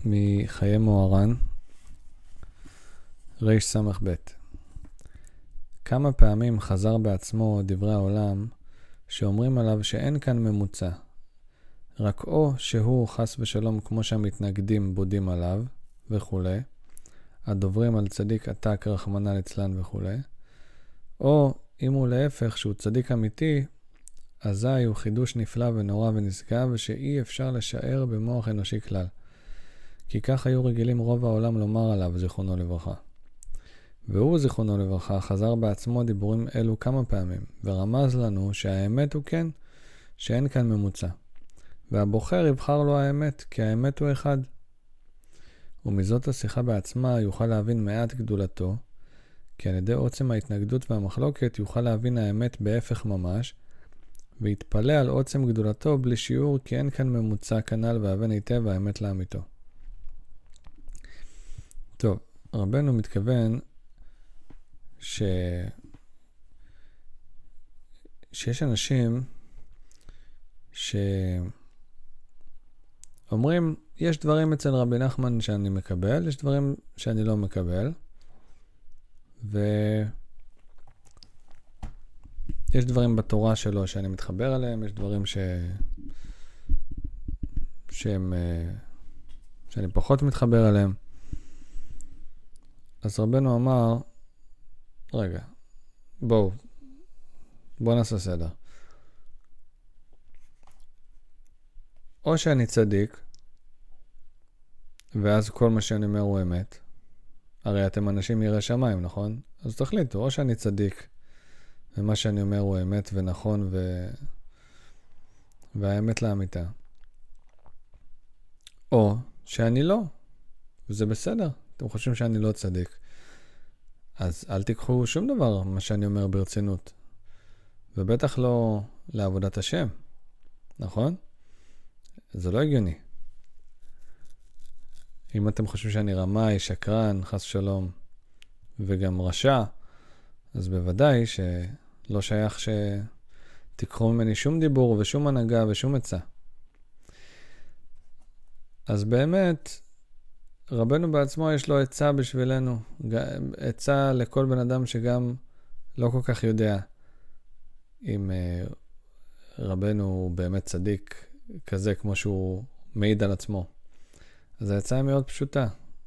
מחיי מוהר"ן, רס"ב. כמה פעמים חזר בעצמו דברי העולם שאומרים עליו שאין כאן ממוצע, רק או שהוא חס ושלום כמו שהמתנגדים בודים עליו וכו', הדוברים על צדיק עתק רחמנא ליצלן וכו', או אם הוא להפך שהוא צדיק אמיתי, אזי הוא חידוש נפלא ונורא ונשגב שאי אפשר לשער במוח אנושי כלל. כי כך היו רגילים רוב העולם לומר עליו, זיכרונו לברכה. והוא, זיכרונו לברכה, חזר בעצמו דיבורים אלו כמה פעמים, ורמז לנו שהאמת הוא כן, שאין כאן ממוצע. והבוחר יבחר לו האמת, כי האמת הוא אחד. ומזאת השיחה בעצמה יוכל להבין מעט גדולתו, כי על ידי עוצם ההתנגדות והמחלוקת יוכל להבין האמת בהפך ממש, ויתפלא על עוצם גדולתו בלי שיעור, כי אין כאן ממוצע כנ"ל והבן היטב האמת לאמיתו. טוב, רבנו מתכוון שיש אנשים שאומרים, יש דברים אצל רבי נחמן שאני מקבל, יש דברים שאני לא מקבל, ויש דברים בתורה שלו שאני מתחבר עליהם, יש דברים שאני פחות מתחבר עליהם. אז רבנו אמר, רגע, בואו נעשה סדר. או שאני צדיק, ואז כל מה שאני אומר הוא אמת. הרי אתם אנשים יראי שמיים, נכון? אז תחליטו, או שאני צדיק, ומה שאני אומר הוא אמת ונכון והאמת לאמיתה. או שאני לא, וזה בסדר. אתם חושבים שאני לא צדיק. אז אל תיקחו שום דבר מה שאני אומר ברצינות. ובטח לא לעבודת השם. נכון? זה לא הגיוני. אם אתם חושבים שאני רמאי, שקרן, חס שלום, וגם רשע, אז בוודאי שלא שייך שתיקחו ממני שום דיבור ושום הנהגה ושום עצה. אז באמת, רבנו בעצמו יש לו עצה בשבילנו, עצה לכל בן אדם שגם לא כל כך יודע אם רבנו הוא באמת צדיק כזה כמו שהוא מעיד על עצמו. אז העצה היא מאוד פשוטה,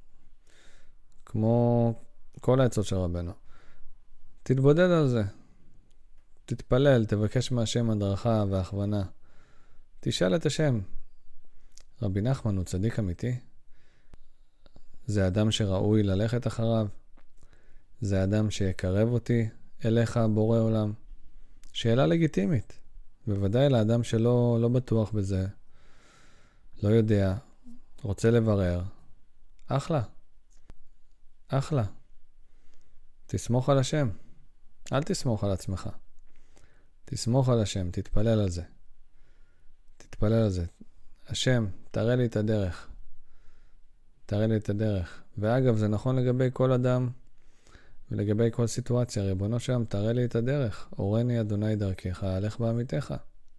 כמו כל העצות של רבנו. תתבודד על זה, תתפלל, תבקש מהשם הדרכה והכוונה. תשאל את השם, רבי נחמן הוא צדיק אמיתי? זה אדם שראוי ללכת אחריו? זה אדם שיקרב אותי אליך בורא עולם? שאלה לגיטימית. בוודאי לאדם שלא לא בטוח בזה, לא יודע, רוצה לברר. אחלה. אחלה. תסמוך על השם. אל תסמוך על עצמך. תסמוך על השם, תתפלל על זה. תתפלל על זה. השם, תראה לי את הדרך. תראה לי את הדרך. ואגב, זה נכון לגבי כל אדם ולגבי כל סיטואציה. ריבונו שם, תראה לי את הדרך. אורני אדוני דרכך, הלך באמיתך.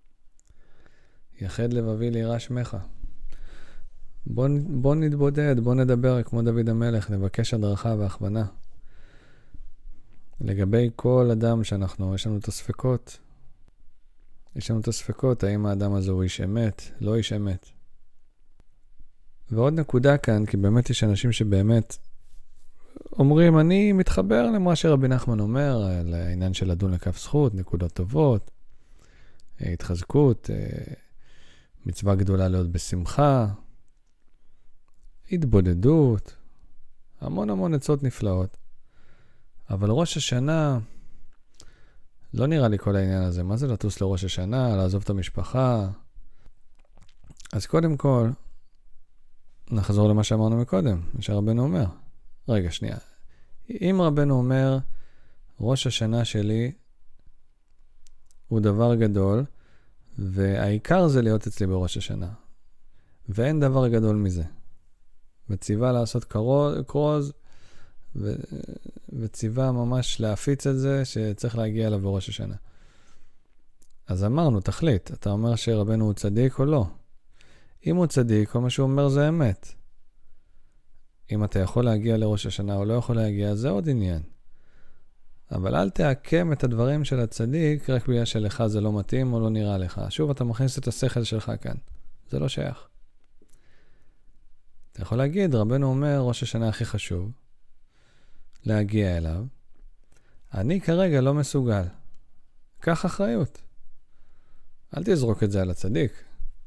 יחד לבבי לירא שמך. בוא נתבודד, בוא נדבר כמו דוד המלך, נבקש הדרכה והכוונה. לגבי כל אדם יש לנו את הספקות. יש לנו את הספקות, האם האדם הזה הוא איש אמת, לא איש אמת. ועוד נקודה כאן, כי באמת יש אנשים שבאמת אומרים, אני מתחבר למה שרבי נחמן אומר, על העניין של לדון לכף זכות, נקודות טובות, התחזקות, מצווה גדולה להיות בשמחה, התבודדות, המון עצות נפלאות. אבל ראש השנה, לא נראה לי כל העניין הזה. מה זה לטוס לראש השנה, לעזוב את המשפחה? אז קודם כל, נחזור למה שאמרנו מקודם, מה שרבנו אומר. רגע, שנייה. אם רבנו אומר, ראש השנה שלי הוא דבר גדול, והעיקר זה להיות אצלי בראש השנה. ואין דבר גדול מזה. וציווה לעשות קרוז, וציווה ממש להפיץ את זה, שצריך להגיע אליו בראש השנה. אז אמרנו, תחליט, אתה אומר שרבנו הוא צדיק או לא? אם הוא צדיק, כל מה שהוא אומר זה אמת. אם אתה יכול להגיע לראש השנה או לא יכול להגיע, זה עוד עניין. אבל אל תעקם את הדברים של הצדיק רק בגלל שלך זה לא מתאים או לא נראה לך. שוב, אתה מכניס את השכל שלך כאן. זה לא שייך. אתה יכול להגיד, רבנו אומר, ראש השנה הכי חשוב, להגיע אליו. אני כרגע לא מסוגל. קח אחריות. אל תזרוק את זה על הצדיק.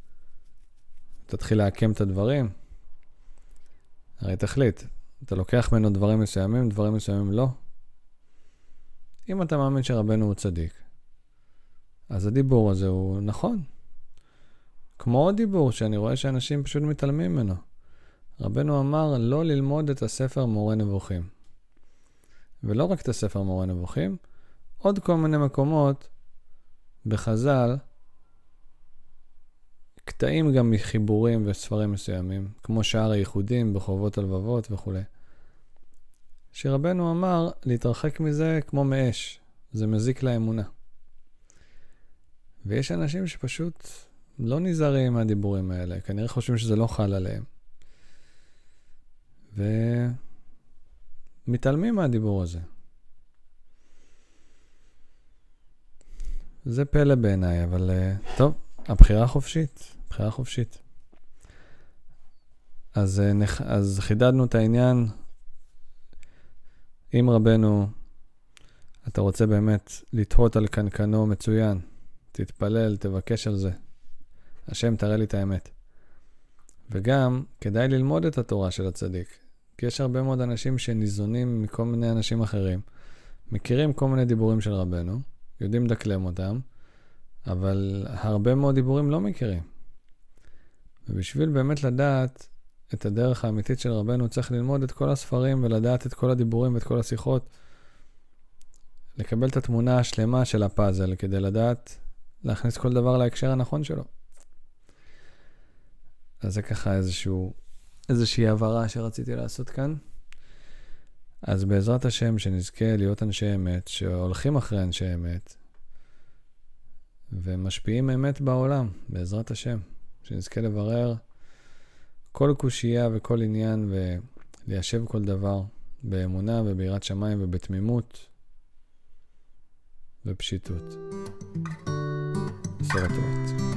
תתחיל להקם את הדברים. הרי תחליט, אתה לוקח ממנו דברים מסוימים לא. אם אתה מאמין שרבנו הוא צדיק, אז הדיבור הזה הוא נכון. כמו עוד דיבור שאני רואה שאנשים פשוט מתעלמים ממנו. רבנו אמר לא ללמוד את הספר מורה נבוכים. ולא רק את הספר מורה נבוכים, עוד כל מיני מקומות בחז"ל, קטעים גם מחיבורים וספרים מסוימים, כמו שער הייחודים, בחובות הלבבות וכו'. שרבנו אמר להתרחק מזה כמו מאש, זה מזיק לאמונה. ויש אנשים שפשוט לא נזהרים מהדיבורים האלה, כנראה חושבים שזה לא חל עליהם. ומתעלמים מהדיבור הזה. זה פלא בעיניי, אבל טוב, הבחירה חופשית, בחירה חופשית. אז חידדנו את העניין. אם רבנו, אתה רוצה באמת לתהות על קנקנו מצוין, תתפלל, תבקש על זה. השם תראה לי את האמת. וגם כדאי ללמוד את התורה של הצדיק. כי יש הרבה מאוד אנשים שניזונים מכל מיני אנשים אחרים. מכירים כל מיני דיבורים של רבנו, יודעים דקלם אותם, אבל הרבה מאוד דיבורים לא מכירים. ובשביל באמת לדעת את הדרך האמיתית של רבנו, צריך ללמוד את כל הספרים ולדעת את כל הדיבורים ואת כל השיחות. לקבל את התמונה השלמה של הפאזל, כדי לדעת להכניס כל דבר להקשר הנכון שלו. אז זה ככה איזושהי הבהרה שרציתי לעשות כאן. אז בעזרת השם שנזכה להיות אנשי אמת, שהולכים אחרי אנשי אמת, ומשפיעים אמת בעולם, בעזרת השם. שנזכה לברר כל קושייה וכל עניין, וליישב כל דבר באמונה וביראת שמיים ובתמימות ובפשיטות. בשורות טובות.